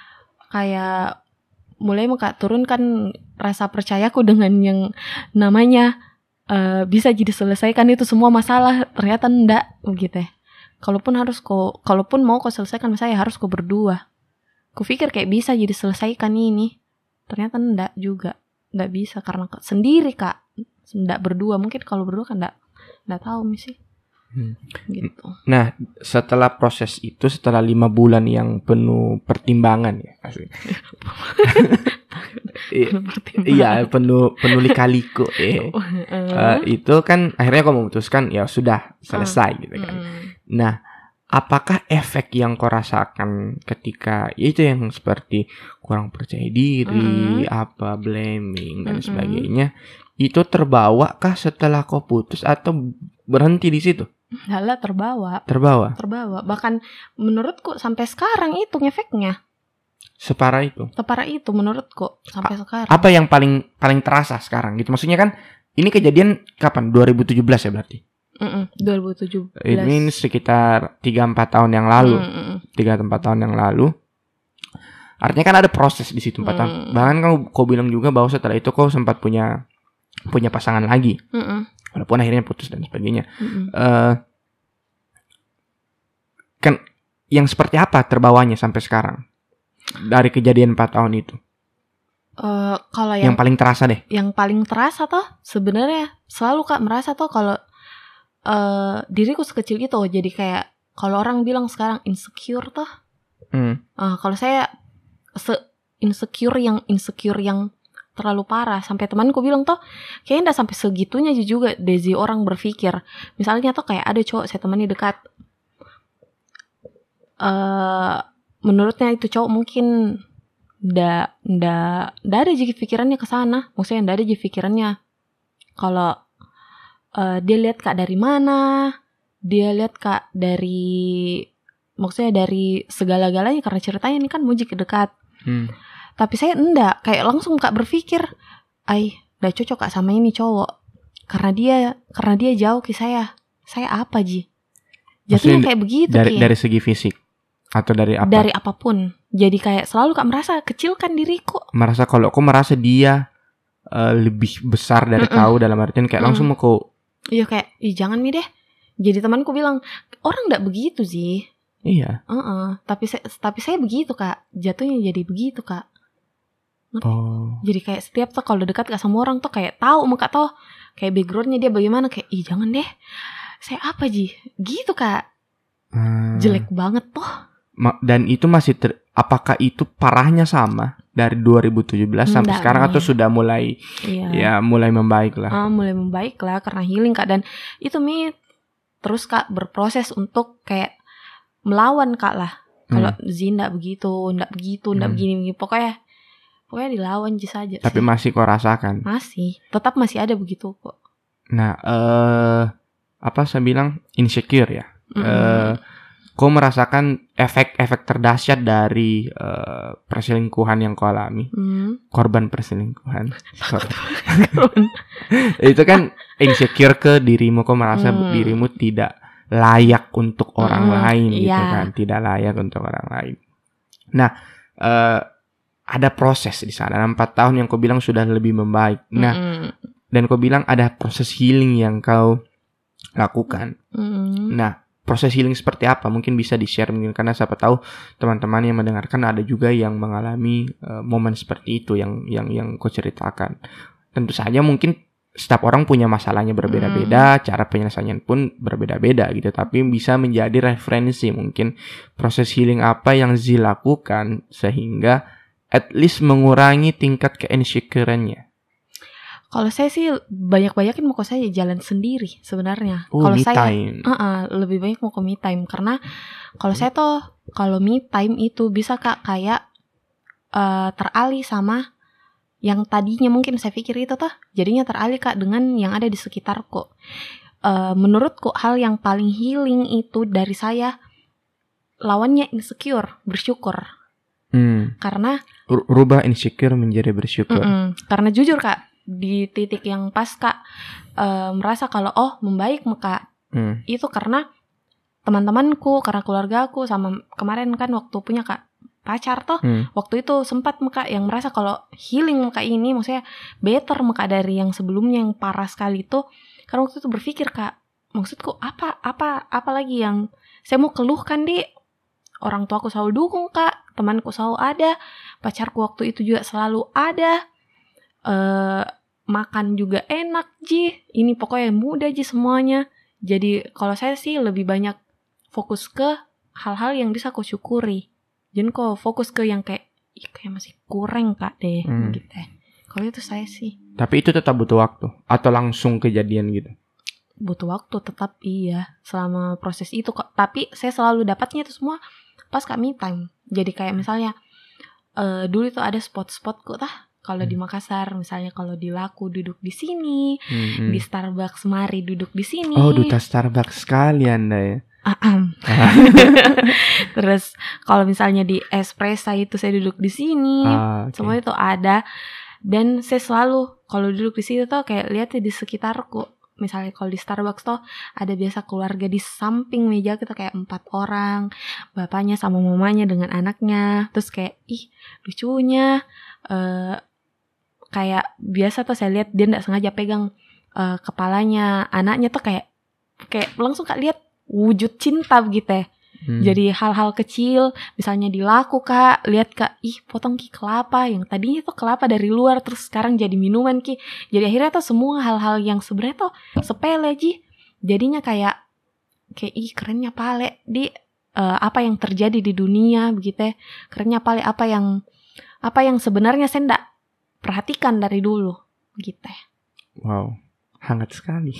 kayak mulai muka turunkan rasa percayaku dengan yang namanya uh, bisa jadi selesaikan itu semua masalah, ternyata enggak gitu ya. kalaupun harus kau, kalaupun mau kau selesaikan saya harus kau berdua. Kupikir kayak bisa jadi selesaikan ini, ternyata enggak juga, enggak bisa karena sendiri kak, enggak berdua. Mungkin kalau berdua kan enggak, enggak tahu sih. Hmm. Gitu. Nah, setelah proses itu, setelah lima bulan yang penuh pertimbangan ya, iya penuh penuh lika-liku, eh. uh, itu kan akhirnya kau memutuskan ya sudah selesai uh, gitu kan. Uh. Nah, apakah efek yang kau rasakan ketika ya itu yang seperti kurang percaya diri, uh. apa blaming dan uh. sebagainya, itu terbawa kah setelah kau putus atau berhenti di situ? Halah, terbawa. Terbawa. Terbawa. Bahkan menurutku sampai sekarang itu efeknya. Separah itu. Separah itu menurutku sampai A- sekarang. Apa yang paling paling terasa sekarang gitu? Maksudnya kan ini kejadian kapan? dua ribu tujuh belas ya berarti? Mm-mm, dua ribu tujuh belas. Ini sekitar tiga empat tahun yang lalu. tiga empat tahun yang lalu. Artinya kan ada proses di situ empat mm. tahun. Bahkan kau, kau bilang juga bahwa setelah itu kau sempat punya punya pasangan lagi. Mm-mm. Walaupun akhirnya putus dan sebagainya. Uh, kan yang seperti apa terbawanya sampai sekarang dari kejadian empat tahun itu? Uh, kalau yang, yang paling terasa deh. Yang paling terasa toh sebenarnya selalu kak merasa toh kalau uh, diriku sekecil itu. Jadi kayak kalau orang bilang sekarang insecure toh. Hmm. Uh, kalau saya se insecure yang insecure yang terlalu parah sampai temanku bilang toh kayaknya enggak sampai segitunya juga Desi orang berpikir. Misalnya toh kayak ada cowok saya temani dekat, uh, menurutnya itu cowok mungkin ndak ndak ndak ada jadi pikirannya ke sana, maksudnya ndak ada jadi pikirannya kalau uh, dia lihat kak dari mana, dia lihat kak dari maksudnya dari segala-galanya karena ceritanya ini kan mau jadi dekat. Hmm. Tapi saya enggak, kayak langsung kak berpikir, ay, udah cocok kak sama ini cowok, karena dia, karena dia jauh ke saya, saya apa ji? Jatuhnya kayak begitu dari, Ki. Dari segi fisik atau dari apa? Dari apapun, jadi kayak selalu kak merasa kecilkan diriku. Merasa kalau aku merasa dia uh, lebih besar dari Mm-mm. kau dalam artian kayak Mm-mm. langsung mau kau. Iya kayak, ih jangan mi deh. Jadi temanku bilang, orang enggak begitu sih. Iya. Uh-uh. Tapi saya, tapi saya begitu kak, jatuhnya jadi begitu kak. Oh. Jadi kayak setiap tuh kalau dekat gak sama orang tuh kayak tahu muka tuh kayak backgroundnya dia bagaimana, kayak ih jangan deh saya apa ji gitu kak. hmm. Jelek banget tuh. Dan itu masih ter, apakah itu parahnya sama dari dua ribu tujuh belas sampai Nggak, sekarang nih. Atau sudah mulai iya. ya mulai membaik lah? Uh, mulai membaik lah karena healing kak, dan itu mi terus kak berproses untuk kayak melawan kak lah. Kalau hmm. Zi ndak begitu, ndak begitu, ndak hmm. begini, begini pokoknya Pokoknya dilawan saja. Tapi sih. Masih kau rasakan? Masih, tetap masih ada begitu kok. Nah, eh apa saya bilang insecure ya? Mm-hmm. Eh, kau merasakan efek-efek terdahsyat dari uh, perselingkuhan yang kau alami, mm. korban perselingkuhan. Itu kan insecure ke dirimu, kau merasa mm. dirimu tidak layak untuk orang mm. lain, gitu yeah. kan? Tidak layak untuk orang lain. Nah. Eh, ada proses di sana. Empat tahun yang kau bilang sudah lebih membaik. Nah, mm-hmm. dan kau bilang ada proses healing yang kau lakukan. Mm-hmm. Nah, proses healing seperti apa? Mungkin bisa di-share mungkin karena siapa tahu teman-teman yang mendengarkan ada juga yang mengalami uh, momen seperti itu yang yang yang kau ceritakan. Tentu saja mungkin setiap orang punya masalahnya berbeda-beda, mm. cara penyelesaian pun berbeda-beda gitu. Tapi bisa menjadi referensi mungkin proses healing apa yang Zi lakukan sehingga at least mengurangi tingkat ke-insecure-nya. Kalau saya sih banyak-banyakin mau ke saya jalan sendiri sebenarnya. Oh, kalau me saya time. Uh-uh, lebih banyak mau ke me time karena kalau hmm. saya tuh kalau me time itu bisa kak kayak uh, teralih sama yang tadinya mungkin saya pikir itu tuh jadinya teralih kak dengan yang ada di sekitarku. Uh, menurutku hal yang paling healing itu dari saya lawannya insecure, bersyukur. Hmm. Karena R- rubah insecure menjadi bersyukur. Karena jujur kak di titik yang pas kak uh, merasa kalau oh membaik kak hmm. itu karena teman-temanku, karena keluargaku, sama kemarin kan waktu punya kak pacar tuh hmm. waktu itu sempat muka yang merasa kalau healing muka ini maksudnya better muka dari yang sebelumnya yang parah sekali itu. Karena waktu itu berpikir kak maksudku apa apa apa lagi yang saya mau keluh kan di, orang tuaku selalu dukung kak, temanku selalu ada, pacarku waktu itu juga selalu ada, uh, makan juga enak ji, ini pokoknya mudah ji semuanya. Jadi kalau saya sih lebih banyak fokus ke hal-hal yang bisa aku syukuri, jangan kok fokus ke yang kayak ih kayak masih kurang kak deh hmm. gitu. Kalau itu saya sih. Tapi itu tetap butuh waktu atau langsung kejadian gitu? Butuh waktu tetap iya selama proses itu kok. Tapi saya selalu dapatnya itu semua pas kak me time. Jadi kayak misalnya uh, dulu itu ada spot-spot kok tah. Kalau hmm. di Makassar misalnya kalau di Laku duduk di sini, hmm. di Starbucks mari duduk di sini. Oh duta Starbucks sekali Anda ya. Terus kalau misalnya di Espresso itu saya duduk di sini, ah, okay. Semua itu ada. Dan saya selalu kalau duduk di situ tuh kayak lihat di sekitarku. Misalnya kalau di Starbucks tuh ada biasa keluarga di samping meja kita kayak empat orang, bapaknya sama mamanya dengan anaknya. Terus kayak ih lucunya, uh, kayak biasa tuh saya lihat dia nggak sengaja pegang uh, kepalanya anaknya tuh kayak kayak langsung kak lihat wujud cinta gitu ya. Hmm. Jadi hal-hal kecil misalnya di Laku kak, lihat kak, ih potong ki kelapa yang tadinya tuh kelapa dari luar terus sekarang jadi minuman ki. Jadi akhirnya tuh semua hal-hal yang sebenarnya tuh sepele ji, jadinya kayak kayak ih kerennya pale di uh, apa yang terjadi di dunia begitu ya. Kerennya pale apa yang apa yang sebenarnya saya ndak perhatikan dari dulu gitu ya. Wow, hangat sekali.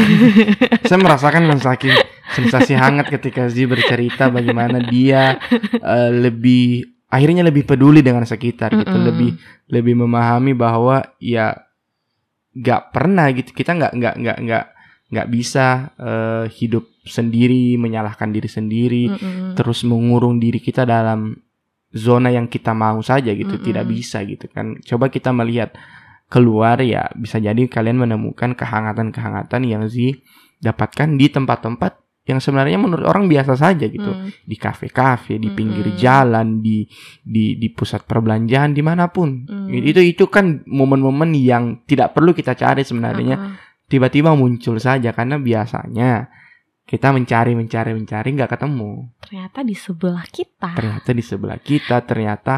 Saya merasakan sensasi sensasi hangat ketika Zi bercerita bagaimana dia uh, lebih akhirnya lebih peduli dengan sekitar gitu, mm-hmm. lebih lebih memahami bahwa ya nggak pernah gitu kita nggak nggak nggak nggak nggak bisa uh, hidup sendiri, menyalahkan diri sendiri, mm-hmm. terus mengurung diri kita dalam zona yang kita mau saja gitu, mm-hmm. tidak bisa gitu kan. Coba kita melihat keluar ya, bisa jadi kalian menemukan kehangatan-kehangatan yang Zi dapatkan di tempat-tempat yang sebenarnya menurut orang biasa saja gitu, mm. di kafe-kafe, di pinggir mm-hmm. jalan, di di di pusat perbelanjaan, dimanapun. Mm. Itu itu kan momen-momen yang tidak perlu kita cari sebenarnya, uh-huh. tiba-tiba muncul saja karena biasanya kita mencari, mencari, mencari nggak ketemu. Ternyata di sebelah kita. Ternyata di sebelah kita, ternyata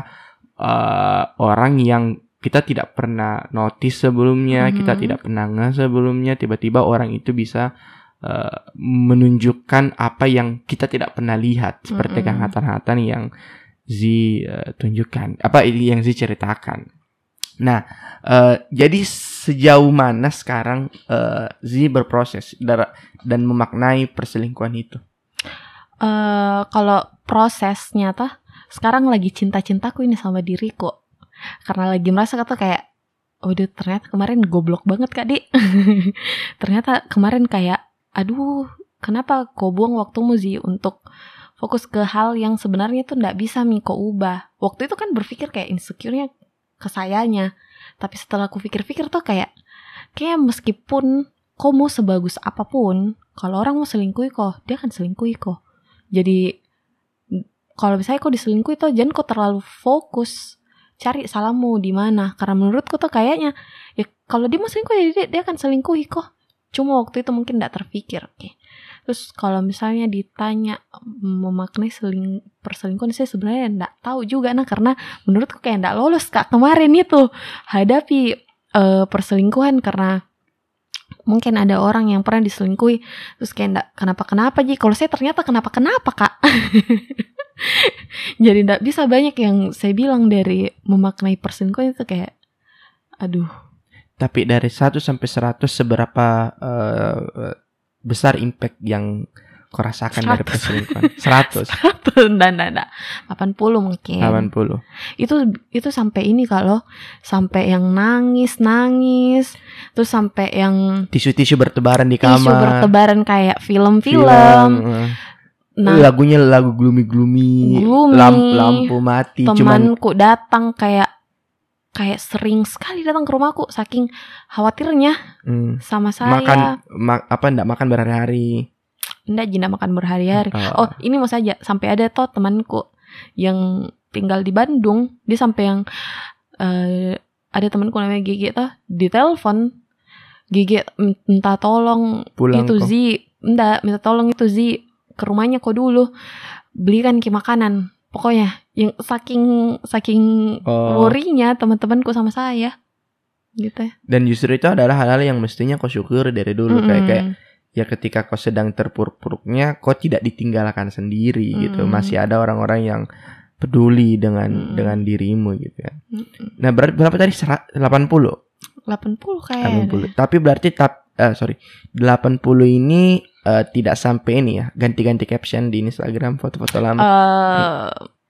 uh, orang yang kita tidak pernah notice sebelumnya, mm-hmm. kita tidak pernah ngeh sebelumnya, tiba-tiba orang itu bisa uh, menunjukkan apa yang kita tidak pernah lihat, seperti mm-hmm. kehangatan-kehangatan yang Zi uh, tunjukkan, apa yang Zi ceritakan. Nah, uh, jadi sejauh mana sekarang uh, Zi berproses dar- dan memaknai perselingkuhan itu? Uh, kalau prosesnya tuh sekarang lagi cinta-cintaku ini sama diriku. Karena lagi merasa kata kayak, waduh ternyata kemarin goblok banget kak Di. Ternyata kemarin kayak, aduh kenapa kau buang waktumu Zi untuk fokus ke hal yang sebenarnya tuh gak bisa mi kau ubah. Waktu itu kan berpikir kayak insecure-nya ke sayanya. Tapi setelah aku pikir-pikir tuh kayak, kayak meskipun kau mau sebagus apapun, kalau orang mau selingkuhi kok, dia akan selingkuhi kok. Jadi, kalau misalnya kau diselingkuhi tuh jangan kau terlalu fokus cari salahmu di mana, karena menurutku tuh kayaknya ya kalau dia mau selingkuh ya dia, dia akan selingkuhi kok. Cuma waktu itu mungkin tidak terpikir. Oke. Terus kalau misalnya ditanya memaknai seling, perselingkuhan, saya sebenarnya tidak tahu juga nah, karena menurutku kayak tidak lolos kak kemarin itu hadapi uh, perselingkuhan, karena mungkin ada orang yang pernah diselingkuhi terus kayak enggak kenapa-kenapa Ji. Kalau saya ternyata kenapa-kenapa kak. Jadi enggak bisa banyak yang saya bilang dari memaknai perselingkuhan itu kayak aduh. Tapi dari satu sampai seratus seberapa uh, besar impact yang kau rasakan dari perselingkuhan? seratus seratus dan enggak delapan puluh mungkin. delapan puluh Itu itu sampai ini kalau sampai yang nangis-nangis, terus sampai yang tisu-tisu bertebaran di kamar. Tisu bertebaran kayak film-film. Film. Nah, lagunya lagu gloomy-gloomy, lampu, lampu mati. Temanku cuman datang kayak kayak sering sekali datang ke rumahku saking khawatirnya hmm. sama saya. Makan ma- apa enggak makan berhari-hari. Enggak, jinda makan berhari-hari. Oh. oh, ini mau saja sampai ada toh temanku yang tinggal di Bandung, dia sampai yang uh, ada temanku namanya Gigi tuh ditelepon, Gigi minta tolong pulang itu kok. Zi, enggak minta tolong itu Zi ke rumahnya kok dulu, belikan ki makanan. Pokoknya yang saking saking Oh. worry-nya teman-temanku sama saya. Gitu ya. Dan justru itu adalah hal-hal yang mestinya kau syukuri dari dulu. Kayak kayak Mm-mm. ya ketika kau sedang terpuruk-puruknya, kau tidak ditinggalkan sendiri gitu. Mm-mm. Masih ada orang-orang yang peduli dengan Mm-mm. dengan dirimu gitu kan. Mm-mm. Nah, berarti berapa tadi? Sera- delapan puluh delapan puluh delapan puluh kayaknya. Tapi berarti tap eh, sorry delapan puluh ini eh, tidak sampai ini ya, ganti-ganti caption di Instagram foto-foto lama. Eh,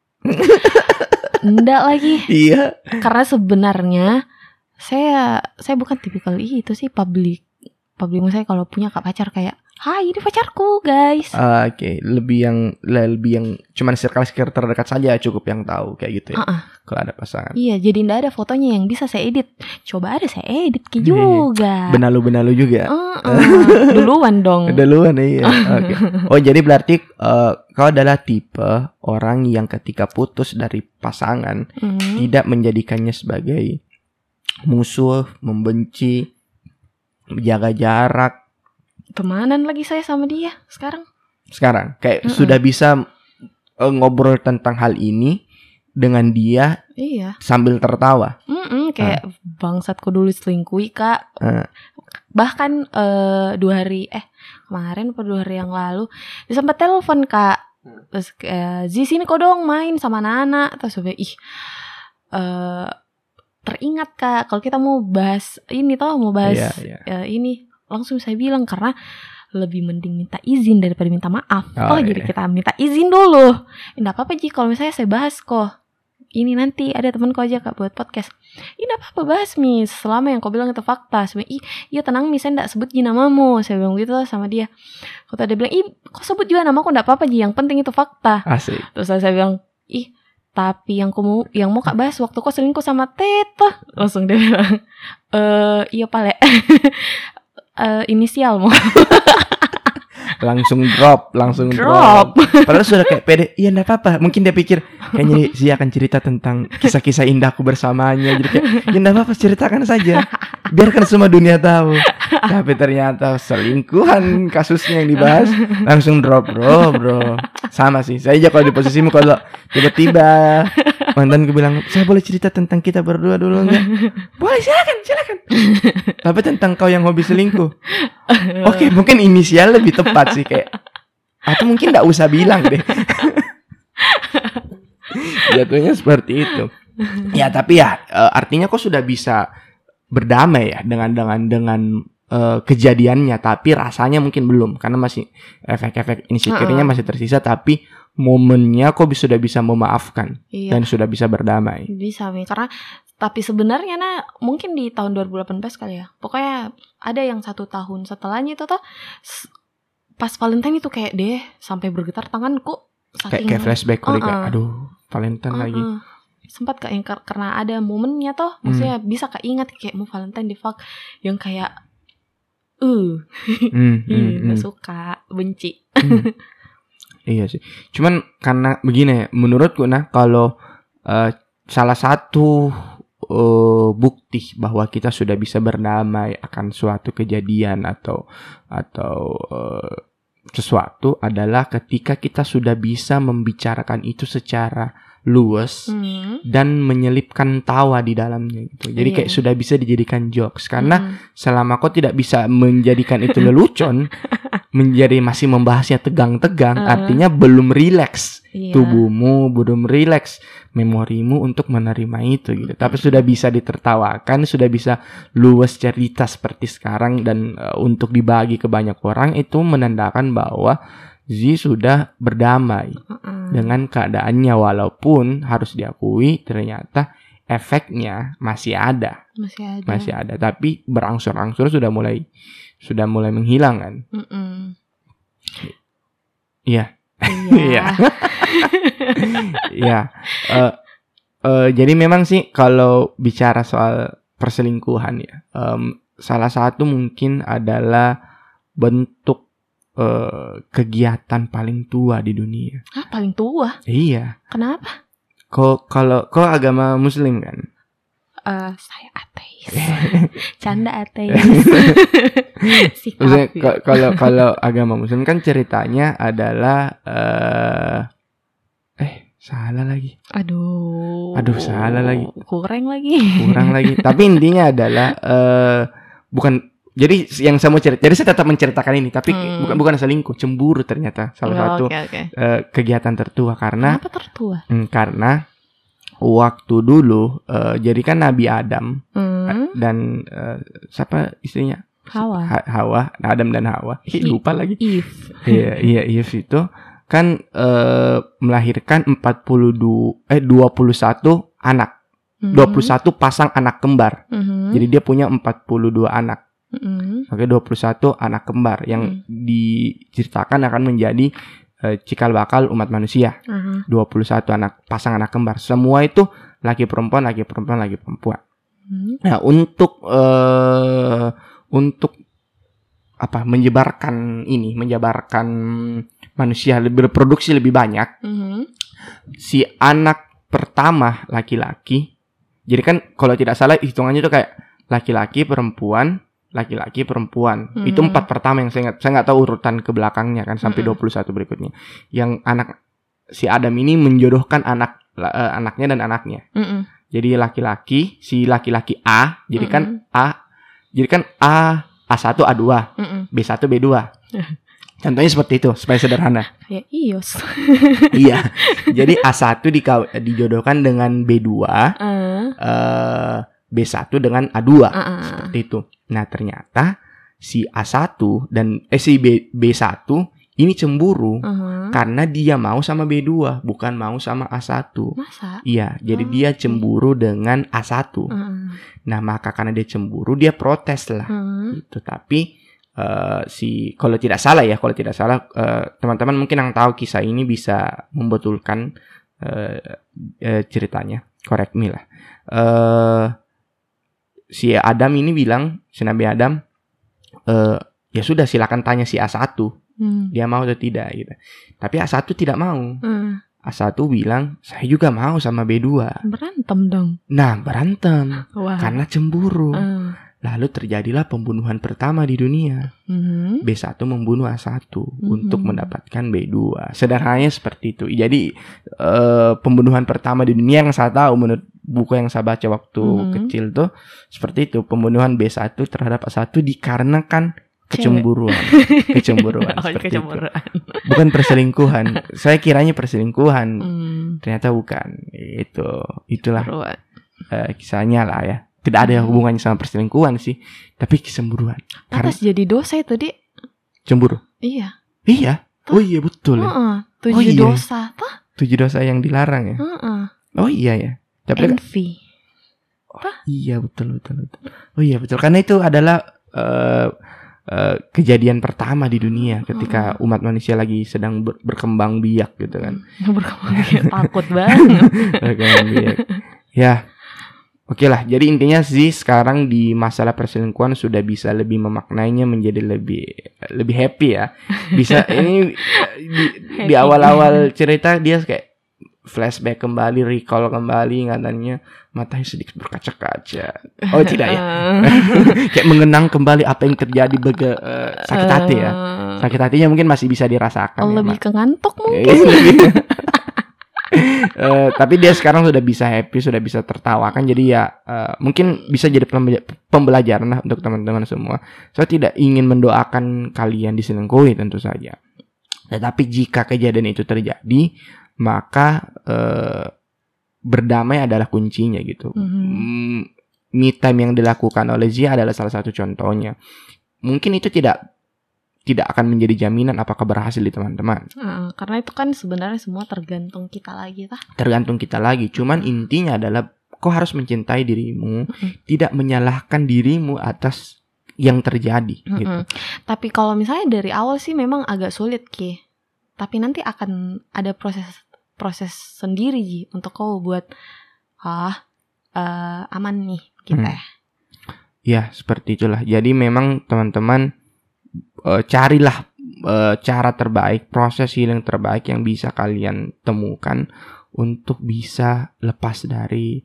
enggak lagi. Iya. Karena sebenarnya saya saya bukan tipikal itu sih public. Public maksudnya kalau punya kak pacar kayak, "Hai, ini pacarku, guys." Ah, Oke, lebih yang lebih yang cuman circle-circle terdekat saja cukup yang tahu kayak gitu ya. Uh-uh. Kalau ada pasangan. Iya, jadi ndak ada fotonya yang bisa saya edit. Coba ada saya edit ki juga. Benalu-benalu juga. Uh-uh. Duluan dong. Duluan iya. Oke. Oh, jadi berarti uh, kau adalah tipe orang yang ketika putus dari pasangan Hmm. tidak menjadikannya sebagai musuh, membenci, menjaga jarak. Temanan lagi saya sama dia sekarang. Sekarang kayak Mm-mm. sudah bisa uh, ngobrol tentang hal ini dengan dia Iya. sambil tertawa. Mm-mm, kayak bangsatku dulu selingkuhi kak. Uh. Bahkan eh, dua hari eh kemarin atau dua hari yang lalu dia sempat telepon kak. Terus eh, Zi sini kok dong main sama Nana. Terus saya ih eh, teringat kak kalau kita mau bahas ini tau mau bahas Iya, iya. eh, ini langsung saya bilang karena lebih mending minta izin daripada minta maaf. Oh, Oh, iya. jadi kita minta izin dulu. Enggak apa-apa Ji kalau misalnya saya bahas kok. Ini nanti ada temanku aja kak buat podcast. Ini enggak apa-apa bahas Miss. Selama yang kau bilang itu fakta. Saya bilang, ih iya tenang Miss, saya enggak sebut Ji namamu. Saya bilang gitu sama dia. Kata dia bilang, ih kok sebut juga namaku, enggak apa-apa Ji. Yang penting itu fakta. Asik. Terus saya bilang, ih tapi yang kau mau yang mau kak bahas waktu kau selingkuh sama Teta. Langsung dia bilang, eh iya pale. Uh, inisial mau Langsung drop, langsung drop. drop. Padahal sudah kayak pede, iya enggak apa-apa. Mungkin dia pikir kayaknya dia akan cerita tentang kisah-kisah indahku bersamanya. Jadi kayak, ya enggak apa-apa, ceritakan saja. Biarkan semua dunia tahu. Tapi ternyata selingkuhan kasusnya yang dibahas, langsung drop, bro, bro. Sama sih. Saya aja kalau di posisimu kalau tiba-tiba mantanku bilang, "Saya boleh cerita tentang kita berdua dulu enggak?" "Boleh, silakan, silakan." Tapi tentang kau yang hobi selingkuh. Oke, mungkin inisial lebih tepat sih kayak. Atau mungkin enggak usah bilang deh. Jatuhnya seperti itu. Ya, tapi ya uh, artinya kau sudah bisa berdamai ya dengan dengan dengan uh, kejadiannya, tapi rasanya mungkin belum karena masih efek-efek insecure-nya masih tersisa, tapi momennya kok sudah bisa memaafkan Iya. dan sudah bisa berdamai. Bisa Mi, karena tapi sebenarnya nah mungkin di tahun dua ribu delapan belas kali ya. Pokoknya ada yang satu tahun setelahnya itu tuh s- pas Valentine itu kayak deh sampai bergetar tanganku Kayak kayak flashback kali kayak Uh-uh. aduh Valentine Uh-uh. lagi. Sempat kak yang kar- karena ada momennya toh, maksudnya bisa kak ingat kayak mau Valentine di fuck yang kayak uh Hmm, hmm, ih, hmm. gak suka, benci. Hmm. Iya sih. Cuman karena begini ya, menurutku nah kalau uh, salah satu uh, bukti bahwa kita sudah bisa berdamai akan suatu kejadian atau atau uh, sesuatu adalah ketika kita sudah bisa membicarakan itu secara luas Hmm. dan menyelipkan tawa di dalamnya gitu. Jadi Iya. kayak sudah bisa dijadikan jokes karena Hmm. selama kau tidak bisa menjadikan itu lelucon, menjadi masih membahasnya tegang-tegang, Uh. artinya belum rileks Iya. tubuhmu, belum rileks memorimu untuk menerima itu gitu. Tapi sudah bisa ditertawakan, sudah bisa luas cerita seperti sekarang dan uh, untuk dibagi ke banyak orang itu menandakan bahwa Z sudah berdamai Uh-uh. dengan keadaannya, walaupun harus diakui ternyata efeknya masih ada. Masih ada. Masih ada, tapi berangsur-angsur sudah mulai sudah mulai menghilang kan. Mm-mm. Iya. Iya. Iya. Eh, eh, jadi memang sih kalau bicara soal perselingkuhan ya, em, salah satu mungkin adalah bentuk eh, kegiatan paling tua di dunia. Hah, paling tua? Iya. Kenapa? Kok kalau kau agama Muslim kan? Uh, saya ateis. Canda ateis. Sikap. Kalau kalau agama Muslim kan ceritanya adalah uh, eh salah lagi. Aduh. Aduh salah lagi. Kurang lagi. Kurang lagi. Tapi intinya adalah uh, bukan. Jadi yang saya mau cerita. Jadi saya tetap menceritakan ini. Tapi hmm. bukan bukan selingkuh, cemburu ternyata salah oh, satu okay, okay. Uh, kegiatan tertua karena. Kenapa tertua? Hmm, karena waktu dulu, uh, jadi kan Nabi Adam hmm. dan uh, siapa istrinya? Hawa. Ha- Hawa, Adam dan Hawa. Ih, lupa lagi. Eve. Iya, iya, Eve itu kan uh, melahirkan empat puluh dua eh dua puluh satu anak. Hmm. dua puluh satu pasang anak kembar. Hmm. Jadi dia punya empat puluh dua anak. Hmm. Oke, dua puluh satu anak kembar yang hmm. diceritakan akan menjadi cikal bakal umat manusia. Uh-huh. dua puluh satu anak pasang anak kembar. Semua itu laki perempuan, laki perempuan, laki perempuan. Uh-huh. Nah, untuk uh, untuk apa? menyebarkan ini, menyebarkan manusia lebih berproduksi lebih banyak. Uh-huh. Si anak pertama laki-laki. Jadi kan kalau tidak salah hitungannya itu kayak laki-laki, perempuan, laki-laki perempuan. Hmm. Itu empat pertama yang saya ingat. Saya nggak tahu urutan ke belakangnya kan sampai hmm. dua puluh satu berikutnya. Yang anak si Adam ini menjodohkan anak uh, anaknya dan anaknya. Hmm. Jadi laki-laki, si laki-laki A, jadi hmm. kan A, jadi kan A A satu A dua, hmm. B satu B dua. Contohnya seperti itu supaya sederhana. Kayak ios. Iya. Jadi A satu dikaw- dijodohkan dengan B dua. Uh. Uh, B satu dengan A dua. Uh-uh. Seperti itu. Nah, ternyata si A satu dan eh si B, B satu ini cemburu uh-huh. karena dia mau sama B dua, bukan mau sama A satu. Masa? Iya, jadi uh-huh. dia cemburu dengan A satu. Uh-huh. Nah, maka karena dia cemburu, dia protes lah. Uh-huh. Itu tapi uh, si kalau tidak salah ya, kalau tidak salah uh, teman-teman mungkin yang tahu kisah ini bisa membetulkan uh, uh, ceritanya. Correct me lah. Uh, Si Adam ini bilang, si Nabi Adam, e, ya sudah silakan tanya si A satu, hmm. dia mau atau tidak gitu. Tapi A satu tidak mau. Hmm. A satu bilang, saya juga mau sama B dua. Berantem dong. Nah, berantem. Wah. Karena cemburu. Hmm. Lalu terjadilah pembunuhan pertama di dunia. Hmm. B satu membunuh A satu hmm. untuk mendapatkan B dua. Sederhananya seperti itu. Jadi e, pembunuhan pertama di dunia yang saya tahu menurut buku yang saya baca waktu mm-hmm. kecil tuh seperti itu, pembunuhan B satu terhadap A satu dikarenakan kecemburuan. Kecemburuan oh, seperti kecemburuan. Itu. Bukan perselingkuhan. Saya kiranya perselingkuhan. Mm. Ternyata bukan. Itu itulah uh, kisahnya lah ya. Tidak ada hubungannya sama perselingkuhan sih, tapi kecemburuan. Atas jadi dosa itu, Dik. Cemburu. Iya. Iya. Tuh. Oh iya betul. Uh-uh. Tujuh oh, iya. dosa, tuh. Tujuh dosa yang dilarang ya. Uh-uh. Oh iya ya. Tapi envy. Oh, iya betul betul betul. Oh iya betul, karena itu adalah uh, uh, kejadian pertama di dunia ketika uh-uh. umat manusia lagi sedang ber- berkembang biak gitu kan. Berkembang biak, takut banget. Berkembang biak. Ya. Oke lah, jadi intinya sih sekarang di masalah perselingkuhan sudah bisa lebih memaknainya menjadi lebih lebih happy ya. Bisa ini di, di awal-awal cerita dia kayak flashback kembali, recall kembali, katanya matanya sedikit berkaca-kaca. Oh tidak ya, kayak mengenang kembali apa yang terjadi bagi uh, sakit hati ya. Sakit hatinya mungkin masih bisa dirasakan. Oh, ya, lebih ke ngantuk mungkin. Uh, tapi dia sekarang sudah bisa happy, sudah bisa tertawakan. Jadi ya uh, mungkin bisa jadi pembelajaran lah untuk teman-teman semua. Saya tidak ingin mendoakan kalian diselingkuhi tentu saja. Tetapi jika kejadian itu terjadi, maka uh, berdamai adalah kuncinya gitu. Mm-hmm. Me time yang dilakukan oleh Zia adalah salah satu contohnya. Mungkin itu tidak tidak akan menjadi jaminan apakah berhasil di teman-teman. Uh, karena itu kan sebenarnya semua tergantung kita lagi, tah? Tergantung kita lagi. Cuman intinya adalah kau harus mencintai dirimu, uh-uh. tidak menyalahkan dirimu atas yang terjadi. Uh-uh. Gitu. Tapi kalau misalnya dari awal sih memang agak sulit, Ki. Tapi nanti akan ada proses proses sendiri Ji, untuk kau buat ah uh, aman nih kita. Hmm. Ya seperti itulah. Jadi memang teman-teman Uh, carilah uh, cara terbaik, proses healing terbaik yang bisa kalian temukan untuk bisa lepas dari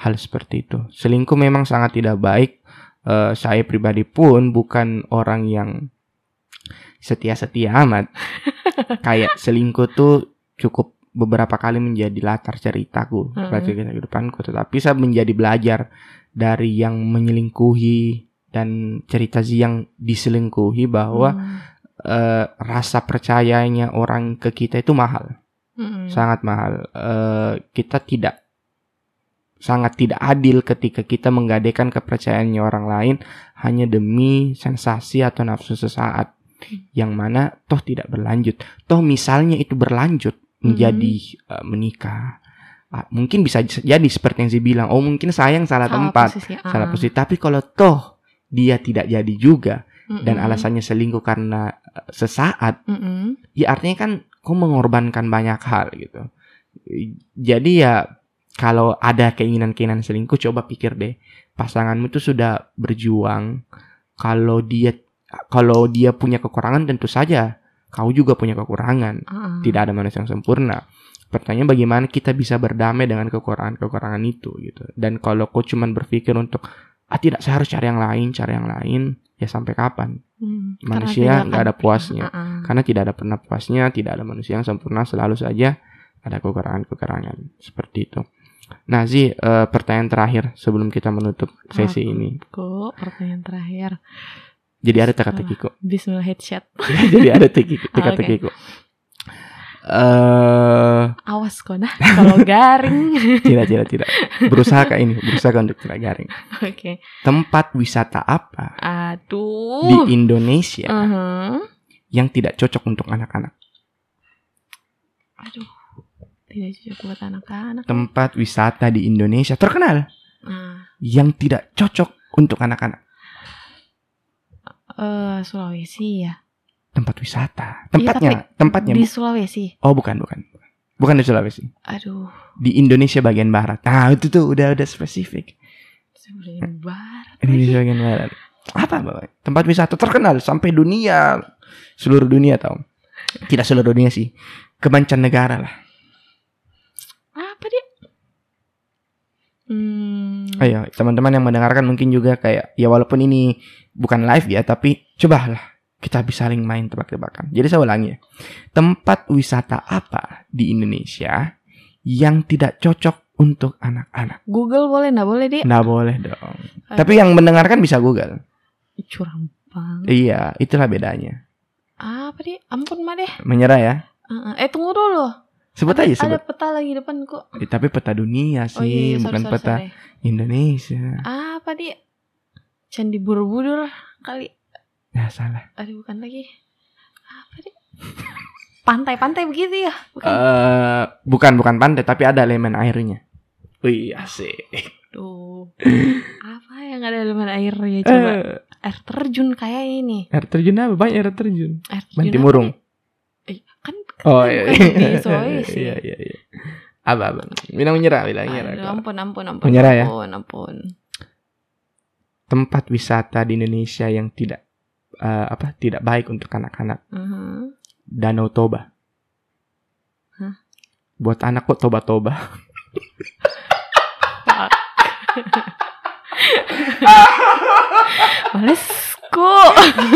hal seperti itu. Selingkuh memang sangat tidak baik. Uh, saya pribadi pun bukan orang yang setia-setia amat. Kayak selingkuh tuh cukup beberapa kali menjadi latar ceritaku, Mm-hmm. latar cerita kehidupanku. Tetapi saya menjadi belajar dari yang menyelingkuhi dan cerita yang diselingkuhi bahwa Hmm. uh, rasa percayanya orang ke kita itu mahal, Mm-mm. sangat mahal. Uh, kita tidak sangat tidak adil ketika kita menggadaikan kepercayaannya orang lain hanya demi sensasi atau nafsu sesaat, yang mana toh tidak berlanjut. Toh misalnya itu berlanjut menjadi mm-hmm. uh, menikah, uh, mungkin bisa jadi seperti yang saya bilang, oh mungkin sayang salah, salah tempat, posisi, uh. salah posisi. Tapi kalau toh dia tidak jadi juga, mm-hmm. dan alasannya selingkuh karena uh, sesaat, mm-hmm. ya artinya kan kau mengorbankan banyak hal gitu. Jadi ya kalau ada keinginan-keinginan selingkuh, coba pikir deh, pasanganmu itu sudah berjuang. Kalau dia kalau dia punya kekurangan, tentu saja kau juga punya kekurangan. Uh-uh. Tidak ada manusia yang sempurna. Pertanyaan bagaimana kita bisa berdamai dengan kekurangan-kekurangan itu gitu. Dan kalau kau cuma berpikir untuk ah tidak, saya harus cari yang lain, cari yang lain, ya sampai kapan? Hmm, manusia nggak ada puasnya. Uh-uh. Karena tidak ada pernah puasnya, tidak ada manusia yang sempurna, selalu saja ada kekurangan-kekurangan seperti itu. Nah, Zi, uh, pertanyaan terakhir sebelum kita menutup sesi oh, ini. Kok pertanyaan terakhir? Jadi ada teka-tekiku. Bismillah headshot. Jadi ada teka-tekiku. Okay. Uh, Awas kok nah kalau garing. Tidak, tidak, tidak. Berusaha kak ini, berusaha untuk tidak garing. Oke. Okay. Tempat wisata apa? Aduh. Di Indonesia uh-huh. yang tidak cocok untuk anak-anak? Aduh. Tidak cocok buat anak-anak. Tempat wisata di Indonesia terkenal uh. yang tidak cocok untuk anak-anak. Uh, Sulawesi ya. Tempat wisata. Tempatnya, iya, tempatnya. Di Sulawesi. Oh, bukan, bukan. Bukan di Sulawesi. Aduh. Di Indonesia bagian barat. Nah, itu tuh udah udah spesifik. Bagian barat. Indonesia bagian barat. Apa, Bapak? Tempat wisata terkenal sampai dunia, seluruh dunia tahu. Tidak seluruh dunia sih. Kemancanegara lah. Apa dia? Hmm. Ayo, teman-teman yang mendengarkan mungkin juga kayak, ya walaupun ini bukan live ya, tapi cobalah kita bisa saling main tebak-tebakan. Jadi saya ulangi ya. Tempat wisata apa di Indonesia yang tidak cocok untuk anak-anak? Google boleh, nggak boleh dia? Nggak boleh dong. Aduh. Tapi yang mendengarkan bisa Google. Curang banget. Iya, itulah bedanya. Apa dia? Ampun mah deh. Menyerah ya? Uh-uh. Eh tunggu dulu. Sebut ada, aja sebut. Ada peta lagi depan kok. Eh, tapi peta dunia sih, oh, iya, iya, bukan sorry, peta sorry. Indonesia. Apa dia? Candi Borobudur kali. Ya salah. Aduh bukan lagi. Apa dia? Pantai-pantai begitu ya? Bukan. Uh, bukan bukan pantai, tapi ada elemen airnya. Wih asik. Tuh. Apa yang ada elemen airnya coba? Uh, air terjun kayak ini. Air terjun apa? Banyak air terjun. Air terjun Bantimurung. Eh, kan oh iya. Di Sulawesi. Iya iya iya. Apa apa? Minang menyerah, bilang menyerah. Ampun ampun ampun. Menyerah ya? Ampun ampun. Tempat wisata di Indonesia yang tidak Uh, apa tidak baik untuk anak-anak. Uh-huh. Danau Toba. Huh? Buat anak kok Toba-Toba. Males kok.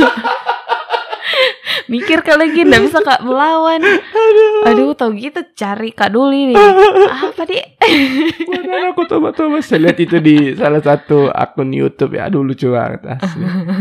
Mikir kak lagi, nggak bisa kak melawan. Aduh, tau gitu cari kak Duli nih. Apa dia? Buat anak kok Toba-Toba. Saya lihat itu di salah satu akun YouTube ya. Aduh lucu banget asli.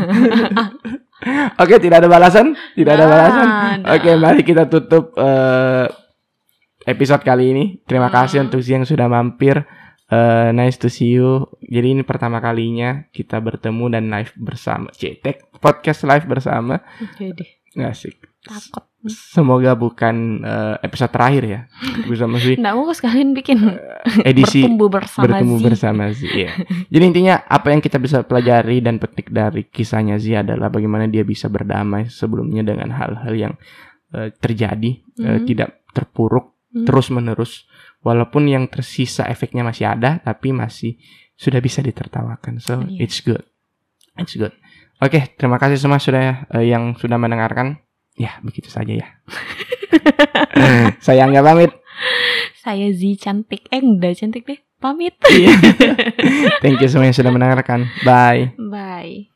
Oke, tidak ada balasan, tidak nah, ada balasan. Nah. Oke, mari kita tutup uh, episode kali ini. Terima hmm. kasih untuk yang sudah mampir. Uh, nice to see you. Jadi ini pertama kalinya kita bertemu dan live bersama. Cetek podcast live bersama. Jadi asik. Takut. Semoga bukan uh, episode terakhir ya. Bisa masih. Nggak mau sekalian bikin edisi bertumbuh bersama bertumbuh Zi. bersama Zi. Iya. Jadi intinya apa yang kita bisa pelajari dan petik dari kisahnya Zi adalah bagaimana dia bisa berdamai sebelumnya dengan hal-hal yang uh, terjadi, mm-hmm. uh, tidak terpuruk mm-hmm. terus menerus. Walaupun yang tersisa efeknya masih ada, tapi masih sudah bisa ditertawakan. So yeah. it's good, it's good. Oke, okay, terima kasih semua sudah uh, yang sudah mendengarkan. Ya, begitu saja ya. Saya Angga pamit. Saya Zi cantik. Eh, enggak cantik deh. pamit. Thank you semua yang sudah mendengarkan. Bye. Bye.